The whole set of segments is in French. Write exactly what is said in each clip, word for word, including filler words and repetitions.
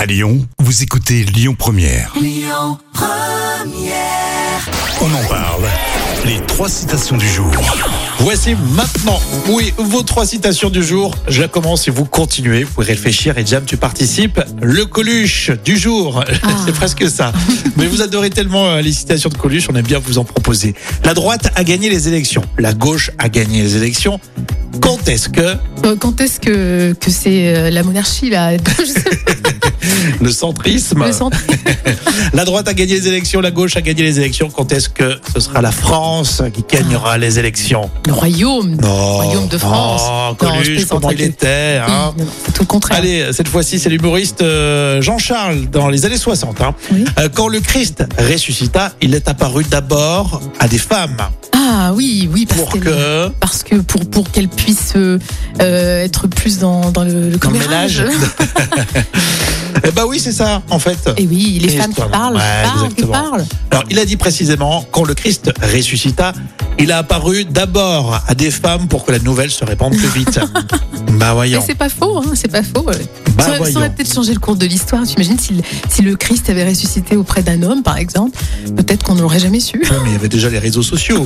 À Lyon, vous écoutez Lyon Première. Lyon Première. On en parle. Les trois citations du jour. Voici maintenant, oui, vos trois citations du jour. Je la commence et vous continuez. Vous pouvez réfléchir et Jam, tu participes. Le Coluche du jour, Ah. c'est presque ça. Mais vous adorez tellement euh, les citations de Coluche, on aime bien vous en proposer. La droite a gagné les élections. La gauche a gagné les élections. Quand est-ce que Euh, Quand est-ce que, que c'est euh, la monarchie là Je sais pas, le centrisme, le centre. la droite a gagné les élections, la gauche a gagné les élections. Quand est-ce que ce sera la France qui gagnera les élections? Le royaume, le Non, royaume de France. Oh, Non, je Coluche, plaisante comment il avec lui. était, hein? Oui, non, non, c'est tout le contraire. Allez, cette fois-ci, c'est l'humoriste euh, Jean-Charles dans les années soixante. Hein. Oui. Euh, quand le Christ ressuscita, il est apparu d'abord à des femmes Ah oui, oui, parce pour qu'elle- que parce que pour pour qu'elle puisse euh, euh, être plus dans dans le, le dans le commérage. ménage. Eh ben oui, c'est ça, en fait. Et oui, les Et femmes qui histoire. parlent, Ouais, qui parlent, qui exactement. parlent. Alors, il a dit précisément, quand le Christ ressuscita, il a apparu d'abord à des femmes pour que la nouvelle se répande plus vite. bah Mais voyons. c'est pas faux, hein, c'est pas faux. ouais. Bah ça, aurait- ça voyons. aurait peut-être changé le cours de l'histoire. Tu imagines si, le- si le Christ avait ressuscité auprès d'un homme, par exemple, peut-être qu'on ne l'aurait jamais su. Ouais, mais il y avait déjà les réseaux sociaux.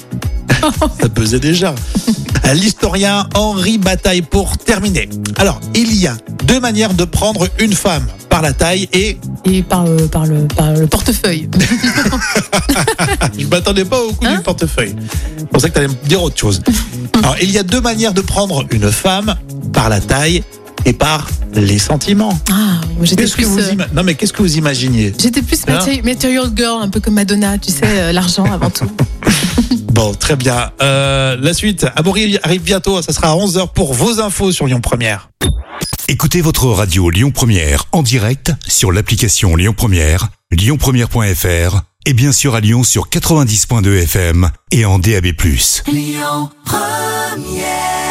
Ça pesait déjà. L'historien Henri Bataille pour terminer. Alors, il y a deux manières de prendre une femme, par la taille et... Et par, le- par, le, par le portefeuille. Je m'attendais pas au coup Hein du portefeuille. Je pensais que tu allais me dire autre chose. Alors, il y a deux manières de prendre une femme, par la taille et par les sentiments. Ah, moi, j'étais Qu'est-ce que plus, vous euh, ima- Non, mais qu'est-ce que vous imaginiez? j'étais plus Hein materi- material girl, un peu comme Madonna, tu sais, euh, l'argent avant tout. Bon, très bien. Euh, la suite, Amaury arrive bientôt. Ça sera à onze heures pour vos infos sur Lyon Première. Écoutez votre radio Lyon Première en direct sur l'application Lyon Première, lyon première point f r et bien sûr à Lyon sur quatre-vingt-dix point deux F M et en D A B plus. Lyon Première.